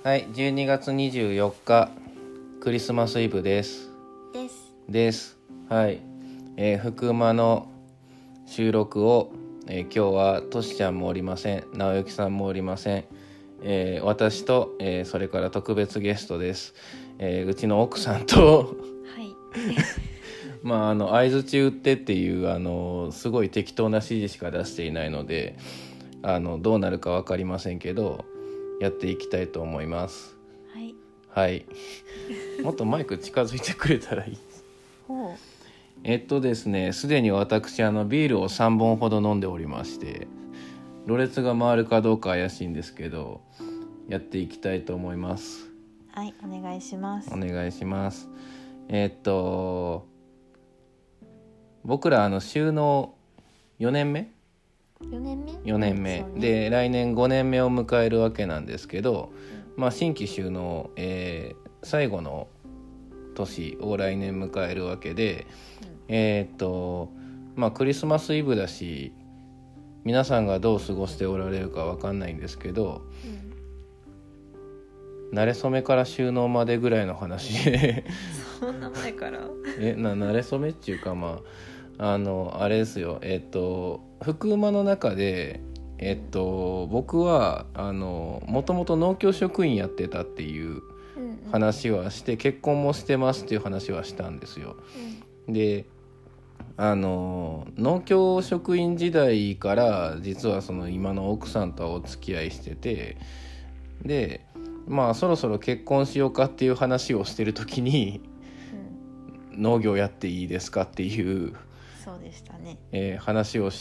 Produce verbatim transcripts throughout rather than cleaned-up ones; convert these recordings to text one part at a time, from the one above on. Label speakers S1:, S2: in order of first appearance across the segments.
S1: はい、じゅうにがつにじゅうよっかクリスマスイブです
S2: です
S1: ですはい、えー、福間の収録を、えー、今日はとしちゃんもおりません、直之さんもおりません、えー、私と、えー、それから特別ゲストです、えー、うちの奥さんと
S2: はい
S1: まああの相槌打ってっていうあのすごい適当な指示しか出していないので、あのどうなるか分かりませんけどやっていきたいと思います。
S2: はい
S1: はいもっとマイク近づいてくれたらいい
S2: ほう
S1: えっとですねすでに私あのビールをさんぼんほど飲んでおりまして、ろれつが回るかどうか怪しいんですけどやっていきたいと思います。
S2: はいお願いします。
S1: お願いします。えっと僕らあの収納よねんめ
S2: よねんめ
S1: よねんめ、
S2: うんね、
S1: で来年ごねんめを迎えるわけなんですけど、うんまあ、新規収納、えー、最後の年を来年迎えるわけで、うん、えー、っとまあクリスマスイブだし皆さんがどう過ごしておられるかわかんないんですけど、うん、慣れ初めから収納までぐらいの話で
S2: そんな前から
S1: えな慣れ初めっていうかまああのあれですよ、えー、っと福馬の中でえっと僕はあのもともと農協職員やってたっていう話はして、うんうん、結婚もしてますっていう話はしたんですよ、うん、であの農協職員時代から実はその今の奥さんとはお付き合いしてて、でまあそろそろ結婚しようかっていう話をしてる時に、うん、農業やっていいですかっていう
S2: そうでしたね、
S1: えー、話をして、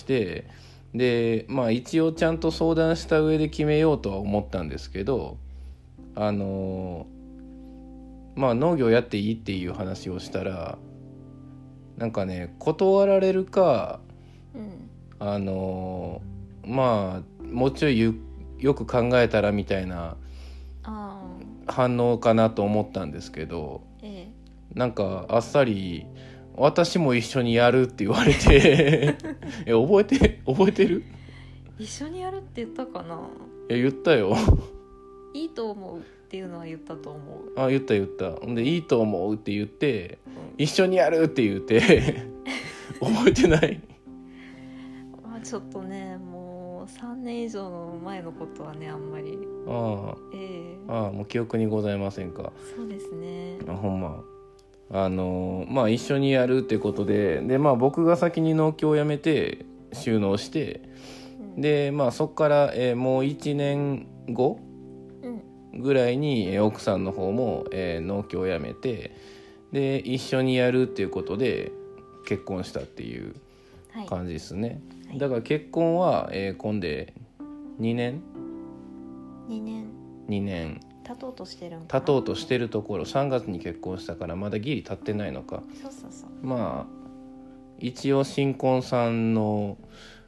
S1: でまあ一応ちゃんと相談した上で決めようとは思ったんですけど、あのー、まあ農業やっていいっていう話をしたらなんかね断られるか、うん、あのー、まあもうちょいゆよく考えたらみたいな反応かなと思ったんですけど、ええ、なんかあっさり私も一緒にやるって言われてえ覚えて覚えてる？
S2: 一緒にやるって言ったかな。
S1: え言ったよ
S2: いいと思うっていうのは言ったと思う。
S1: あ言った言ったほんでいいと思うって言って、うん、一緒にやるって言って覚えてない
S2: まあちょっとねもうさんねん以上の前のことはねあんまり
S1: ああ、えー、ああもう記憶にございませんか。
S2: そうですね
S1: あほんまあのまあ一緒にやるってことで、でまあ僕が先に農協を辞めて収納して、うん、でまあそこから、えー、もういちねんご、うん、ぐらいに、えー、奥さんの方も、えー、農協を辞めてで一緒にやるっていうことで結婚したっていう感じですね、はい、だから結婚は、えー、今でにねん
S2: にねん
S1: にねん
S2: 経とうとしてるんかな。
S1: 経とうとしてるところさんがつに結婚したからまだギリ経ってないのか。
S2: そうそうそう。
S1: まあ一応新婚さんの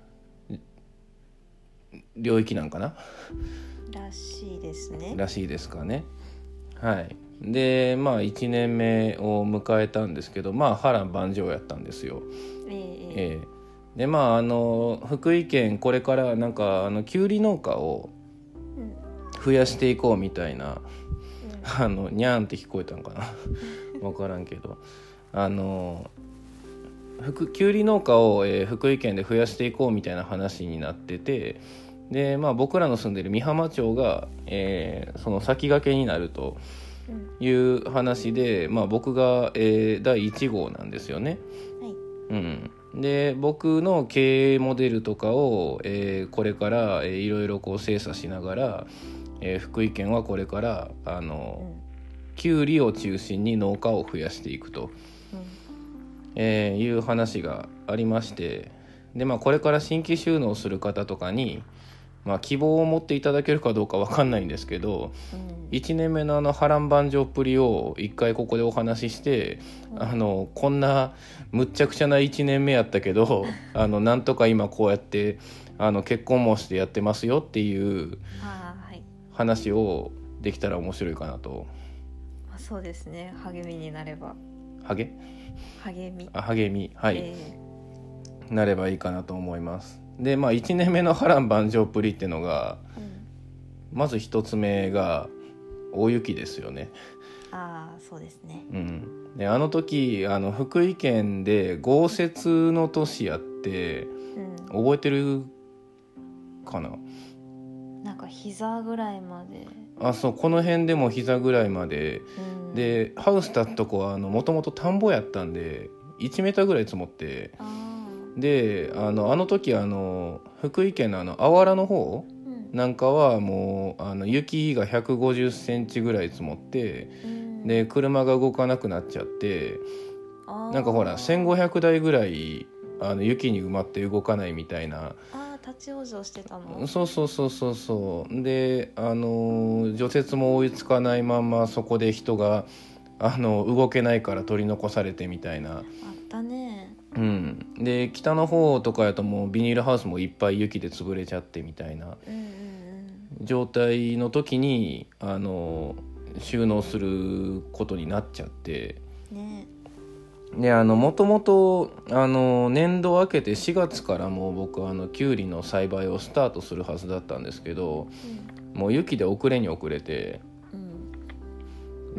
S1: 領域なんかな
S2: らしいですね。
S1: らしいですかね。はいでまあいちねんめを迎えたんですけどまあ波乱万丈やったんですよ。えー、えー、でまああの福井県これからなんかあのきゅうり農家を増やしていこうみたいな、うん、あのニャーンって聞こえたんかな分からんけどあのきゅうり農家を、えー、福井県で増やしていこうみたいな話になってて、で、まあ、僕らの住んでる美浜町が、えー、その先駆けになるという話で、まあ、僕が、えー、だいいち号なんですよね、はいうん、で僕の経営モデルとかを、えー、これから、えー、いろいろこう精査しながらえー、福井県はこれからあの、うん、きゅうりを中心に農家を増やしていくと、うんえー、いう話がありまして、で、まあ、これから新規収納する方とかに、まあ、希望を持っていただけるかどうか分かんないんですけど、うん、いちねんめのあの波乱万丈っぷりを一回ここでお話しして、うん、あのこんなむっちゃくちゃないちねんめやったけどあのなんとか今こうやってあの結婚もしてやってますよっていう話をできたら面白いかなと。
S2: そうですね励みになれば
S1: 励
S2: 励み
S1: あ励みはい、
S2: え
S1: ー、なればいいかなと思います。でまあいちねんめの波乱万丈っぷりっていうのが、うん、まず一つ目が大雪ですよね。
S2: ああそうですね、
S1: うん、であの時あの福井県で豪雪の年やって、うん、覚えてるかな。
S2: なんか膝ぐらいまで。
S1: あ、そう、この辺でも膝ぐらいまで、うん、でハウス建つとこはもともと田んぼやったんでいちメーターぐらい積もって、あであのあの時あの福井県のあのあわらの方、うん、なんかはもうあの雪がひゃくごじゅっセンチぐらい積もって、うん、で車が動かなくなっちゃって、なんかほらせんごひゃくだいぐらいあの雪に埋まって動かないみたいな。
S2: あ、立ち往生してたの。
S1: そうそうそうそうそうで、あの除雪も追いつかないままそこで人があの動けないから取り残されてみたいな。
S2: あったね。
S1: うん、で北の方とかやともうビニールハウスもいっぱい雪で潰れちゃってみたいな状態の時にあの収納することになっちゃって、ね、であのもともとあの年度明けてしがつからもう僕あのキュウリの栽培をスタートするはずだったんですけど、うん、もう雪で遅れに遅れて、うん、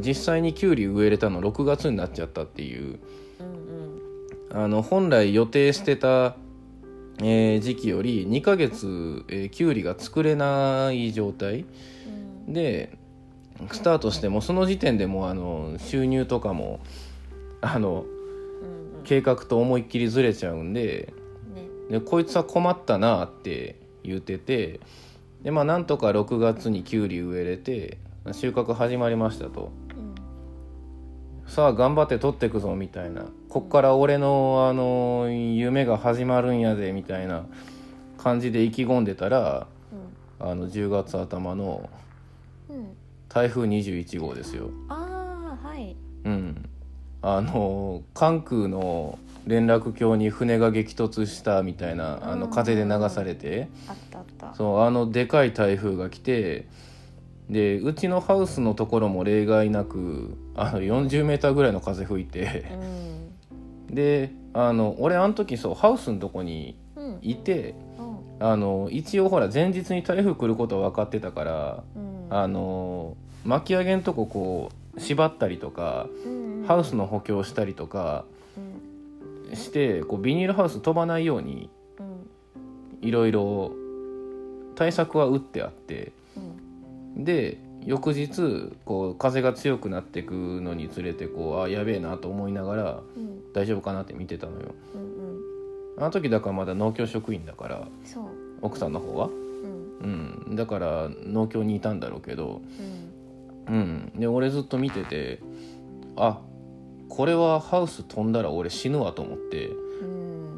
S1: 実際にキュウリ植えれたのろくがつになっちゃったっていう、うんうん、あの本来予定してた、えー、時期よりにかげつ、えー、キュウリが作れない状態、うん、でスタートしてもその時点でもうあの収入とかもあの計画と思いっきりずれちゃうんで、ね、でこいつは困ったなって言ってて、でまあなんとかろくがつにキュウリ植えれて収穫始まりましたと、うん、さあ頑張って取ってくぞみたいな、こっから俺のあの夢が始まるんやでみたいな感じで意気込んでたら、うん、あのじゅうがつ頭の台風にじゅういちごうですよ。
S2: ああはい。
S1: うん。あの関空の連絡橋に船が激突したみたいな、あの風で流されて、
S2: あったあった。
S1: そうあのでかい台風が来て、でうちのハウスのところも例外なくあのよんじゅうメーターぐらいの風吹いて、うん、であの俺あの時そうハウスのとこにいて、うん、あの一応ほら前日に台風来ることは分かってたから、うん、あの巻き上げんとここう縛ったりとか、うんハウスの補強したりとかして、こうビニールハウス飛ばないようにいろいろ対策は打ってあって、で翌日こう風が強くなっていくのにつれてこうあやべえなと思いながら大丈夫かなって見てたのよ。あの時だからまだ農協職員だから、奥さんの方は、うんうん、だから農協にいたんだろうけど、うん、で俺ずっと見てて、あこれはハウス飛んだら俺死ぬわと思って、うん、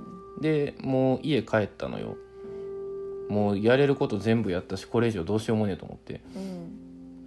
S1: でもう家帰ったのよ。もうやれること全部やったしこれ以上どうしようもねえと思って、うん、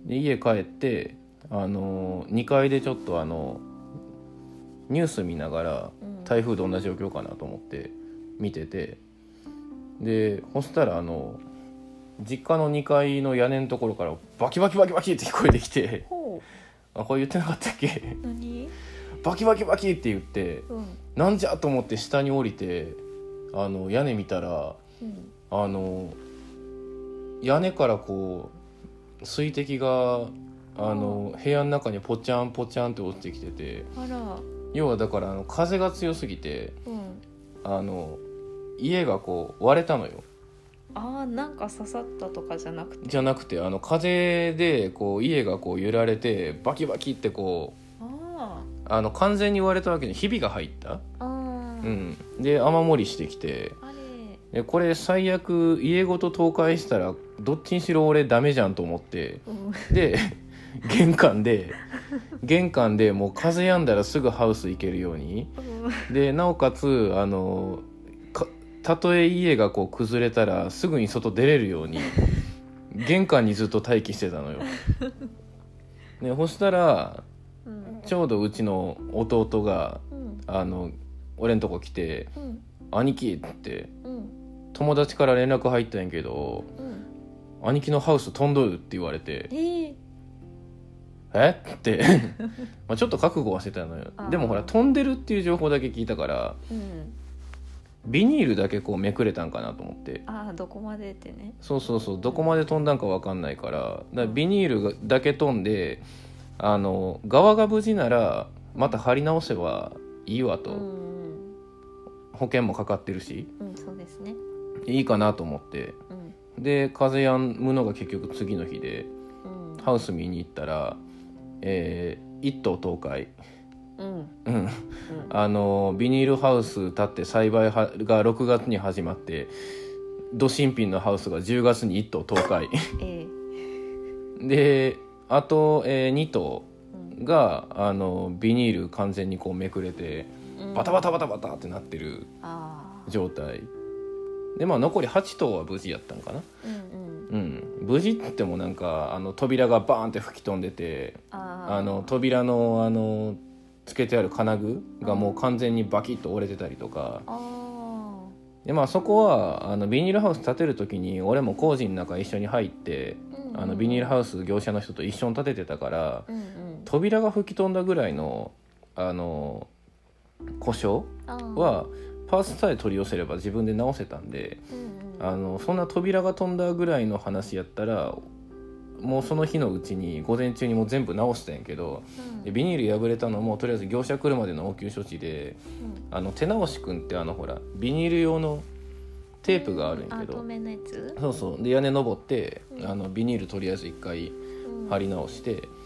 S1: で家帰ってあのにかいでちょっとあのニュース見ながら台風どんな状況かなと思って見てて、でそしたらあの実家のにかいの屋根のところからバキバキバキバキって聞こえてきて、あこれ言ってなかったっけ？
S2: 何？
S1: バキバキバキって言って、うん、なんじゃと思って下に降りてあの屋根見たら、うん、あの屋根からこう水滴があの部屋の中にポチャンポチャンって落ちてきてて、あら要はだからあの風が強すぎて、うん、あの家がこう割れたのよ。
S2: あーなんか刺さったとかじゃなくて
S1: じゃなくてあの風でこう家がこう揺られてバキバキってこうあの完全に割れたわけにひびが入った、あ、うん、で雨漏りしてきて、あれでこれ最悪家ごと倒壊したらどっちにしろ俺ダメじゃんと思って、うん、で玄関で玄関でもう風止んだらすぐハウス行けるように、うん、でなおかつあのかたとえ家がこう崩れたらすぐに外出れるように玄関にずっと待機してたのよ。でそしたらちょうどうちの弟が、うん、あの俺んとこ来て、うん、兄貴って、うん、友達から連絡入ったんやけど、うん、兄貴のハウス飛んどるって言われて、えー、えってまあちょっと覚悟はしてたのよ。でもほら飛んでるっていう情報だけ聞いたから、うん、 ビニールだけこうめくれたんかなと思って。
S2: ああどこまでってね。
S1: そうそうそう、どこまで飛んだんか分かんないから、だからビニールだけ飛んで、あの側が無事ならまた貼り直せばいいわと、うん、保険もかかってるし、
S2: うん、そうですね、
S1: いいかなと思って、うん、で風やむのが結局次の日で、うん、ハウス見に行ったら、えー、一棟倒壊、うんうん、あのビニールハウス建って栽培がろくがつに始まって、ど新品のハウスがじゅうがつにいっ棟倒壊、えー、であと、えー、に棟が、うん、あのビニール完全にこうめくれて、うん、バタバタバタバタってなってる状態で、まあ、残りはち棟は無事やったんかな、うんうんうん、無事って言ってもなんかあの扉がバーンって吹き飛んでて、ああの扉のあのつけてある金具がもう完全にバキッと折れてたりとか、あで、まあ、そこはあのビニールハウス建てる時に俺も工事の中一緒に入って、うんうん、あのビニールハウス業者の人と一緒に建ててたから、うんうん、扉が吹き飛んだぐらいの、あの故障はパーツさえ取り寄せれば自分で直せたんで、うんうん、あのそんな扉が飛んだぐらいの話やったらもうその日のうちに午前中にもう全部直したんやけど、うん、でビニール破れたのもとりあえず業者来るまでの応急処置で、うん、あの手直しくんってあのほらビニール用のテープがあるんやけど、
S2: うん、あ透明なやつ、
S1: そうそうで屋根登って、うん、あのビニールとりあえず一回貼り直して、うん、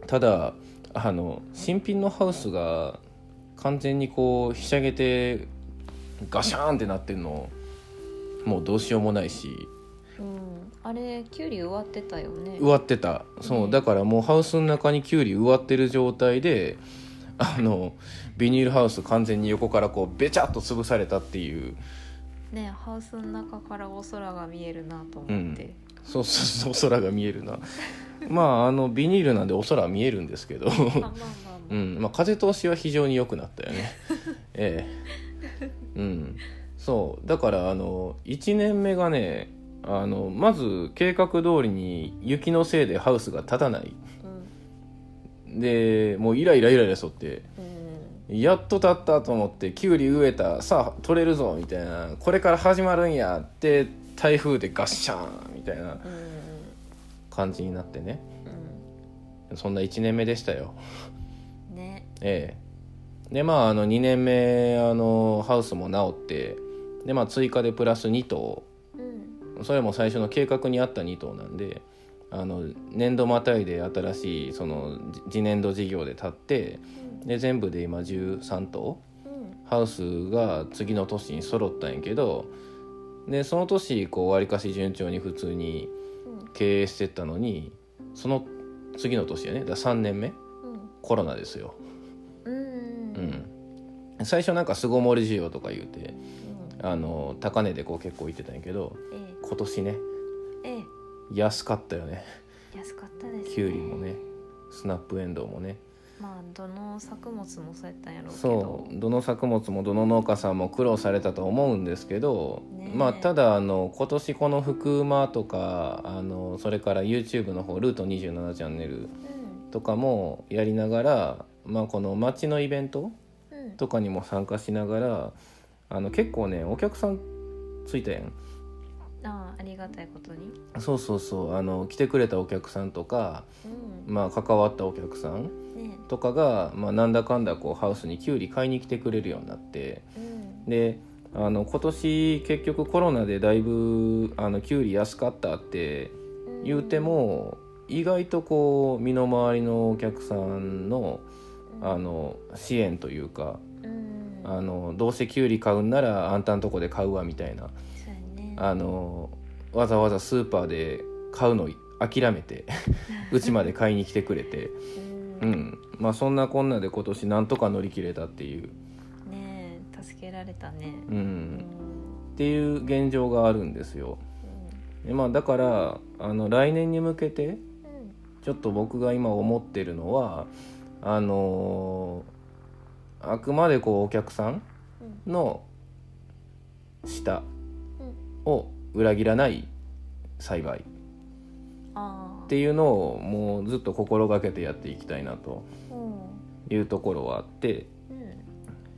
S1: ただあの新品のハウスが完全にこうひしゃげてガシャーンってなってるのもうどうしようもないし、
S2: うん、あれキュウリ植わってたよね。
S1: 植わってた、そう、だからもうハウスの中にキュウリ植わってる状態で、あのビニールハウス完全に横からこうベチャッと潰されたっていう
S2: ね。ハウスの中からお空が見えるなと思って、うん、
S1: そうそうそう、お空が見えるなまああのビニールなんでお空は見えるんですけどまあまあまあ、まあうんまあ、風通しは非常に良くなったよねええうんそうだからあのいちねんめがね、あのまず計画通りに雪のせいでハウスが立たない、うん、でもうイライライライラしとって、うん、やっと立ったと思ってキュウリ植えた、さあ取れるぞみたいな、これから始まるんやって台風でガッシャーンみたいな感じになってね、うん、そんないちねんめでしたよね。ええでまああのにねんめあのハウスも直ってで、まあ、追加でプラスに棟、うん、それも最初の計画にあったに棟なんで、あの年度またいで新しいその次年度事業で立って、うん、で全部で今じゅうさん棟、うん、ハウスが次の年に揃ったんやけど、でその年こうわりかし順調に普通に経営してったのに、その次の年やね、だからさんねんめ、うん、コロナですよ、うんうん、最初なんか巣ごもり需要とか言うて、うん、あの高値でこう結構言ってたんやけど、ええ、今年ね、ええ、安かったよね。
S2: 安かったですね。
S1: キュウリもね、スナップエンドウもね、
S2: まあどの作物もそうやったんやろうけど、
S1: そうどの作物もどの農家さんも苦労されたと思うんですけど、ね、まあただあの今年この福馬とかあのそれから YouTube の方ルートにじゅうななチャンネルとかもやりながら、うん、まあこの街のイベントとかにも参加しながら、あの結構ねお客さんついたやん。
S2: ああ、ありがたいことに。
S1: そうそうそう、あの来てくれたお客さんとか、うん、まあ関わったお客さんとかが、まあ、なんだかんだこうハウスにキュウリ買いに来てくれるようになって、うん、であの今年結局コロナでだいぶあのキュウリ安かったって言うても、うん、意外とこう身の回りのお客さんの、うん、あの支援というか、うん、あのどうせキュウリ買うんならあんたんとこで買うわみたいな、ね、あのわざわざスーパーで買うの諦めてうちまで買いに来てくれてうん、まあそんなこんなで今年なんとか乗り切れたっていう
S2: ねえ、助けられたね、
S1: うん、うん、っていう現状があるんですよ、うん、でまあだからあの来年に向けて、うん、ちょっと僕が今思ってるのはあのー、あくまでこうお客さんの舌を裏切らない栽培っていうのをもうずっと心がけてやっていきたいなというところはあって、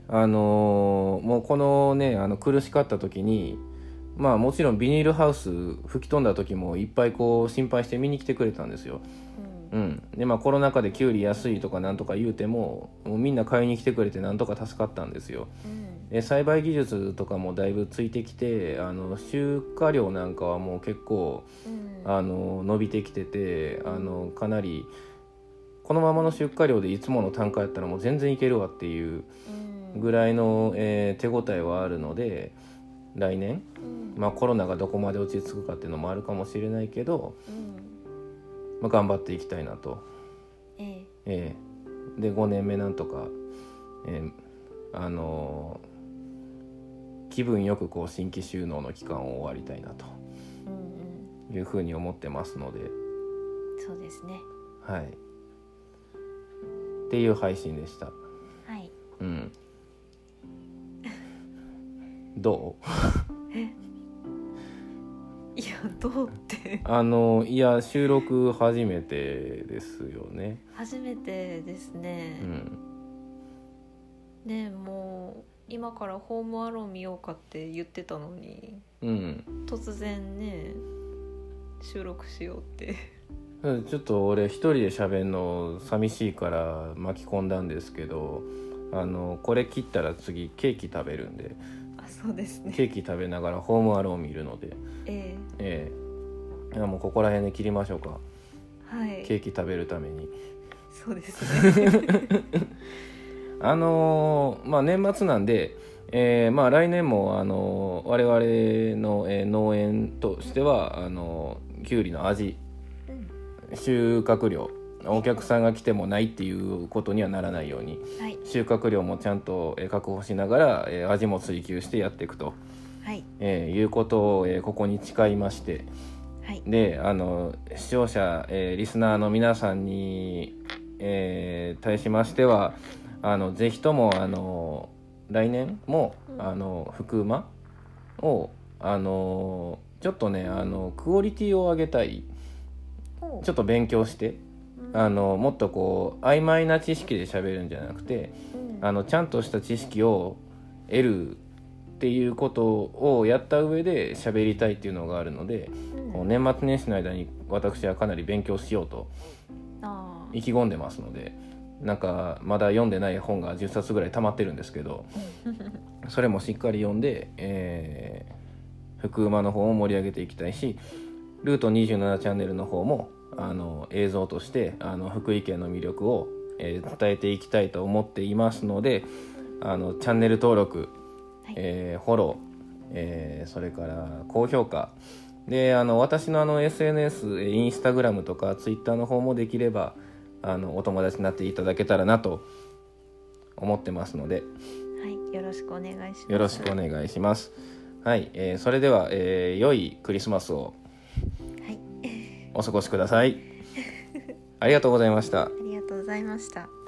S1: あのーもうこのねあの苦しかった時にまあもちろんビニールハウス吹き飛んだ時もいっぱいこう心配して見に来てくれたんですよ。うん、でまあコロナ禍でキュウリ安いとかなんとか言うても、もうみんな買いに来てくれてなんとか助かったんですよ。
S2: うん
S1: で栽培技術とかもだいぶついてきて、あの収穫量なんかはもう結構
S2: うん
S1: あの伸びてきてて、あのかなりこのままの出荷量でいつもの単価やったらもう全然いけるわっていう
S2: うん
S1: ぐらいの、えー手応えはあるので、来年、
S2: うん
S1: まあ、コロナがどこまで落ち着くかっていうのもあるかもしれないけど、
S2: うん
S1: まあ、頑張っていきたいなと、
S2: ええ
S1: えーでごねんめなんとか、えーあのー気分よくこう新規収納の期間を終わりたいなと
S2: うんうん
S1: いうふうに思ってますので、
S2: そうですね。
S1: はい、っていう配信でした。
S2: はい。
S1: うん、どう
S2: いやどうって
S1: あのいや収録初めてですよね。
S2: 初めてですね。
S1: うん
S2: ねもう今からホームアローン見ようかって言ってたのに、
S1: うん
S2: 突然ね収録しようって
S1: ちょっと俺一人で喋るの寂しいから巻き込んだんですけど、あのこれ切ったら次ケーキ食べるんで、
S2: あそうですね。
S1: ケーキ食べながらホームアローン見るので、
S2: え
S1: ええいやもうここら辺で切りましょうか。
S2: えはい
S1: ケーキ食べるために
S2: そうですね
S1: あのーまあ年末なんで、えーまあ、来年も、あのー我々の、えー農園としてはあのーきゅうりの味
S2: うん
S1: 収穫量お客さんが来てもないっていうことにはならないように、
S2: はい
S1: 収穫量もちゃんとえー確保しながら、えー味も追求してやっていくと、
S2: はい
S1: えーいうことを、えーここに誓いまして、
S2: はい
S1: であの視聴者、えーリスナーの皆さんに、えー対しましてはあのぜひともあの来年も、
S2: うん
S1: あの福馬をあのちょっとねあのクオリティを上げたい、
S2: お
S1: ちょっと勉強して
S2: うん
S1: あのもっとこう曖昧な知識で喋るんじゃなくて、
S2: うん
S1: あのちゃんとした知識を得るっていうことをやった上で喋りたいっていうのがあるので、
S2: うん
S1: こう年末年始の間に私はかなり勉強しようと
S2: あー
S1: 意気込んでますので、なんかまだ読んでない本がじゅっさつぐらい溜まってるんですけど、それもしっかり読んで、えー、福馬の方を盛り上げていきたいし、ルートにじゅうななチャンネルの方もあの映像としてあの福井県の魅力を、えー伝えていきたいと思っていますので、あのチャンネル登録、
S2: はい
S1: えーフォロー、えーそれから高評価で、あの私のあの エスエヌエス、インスタグラムとかツイッターの方もできればあのお友達になっていただけたらなと思ってますので、
S2: はいよろしくお願いします。
S1: よろしくお願いします。はい、えーそれでは、えー良いクリスマスを
S2: はい
S1: お過ごしください。ありがとうございました。
S2: ありがとうございました。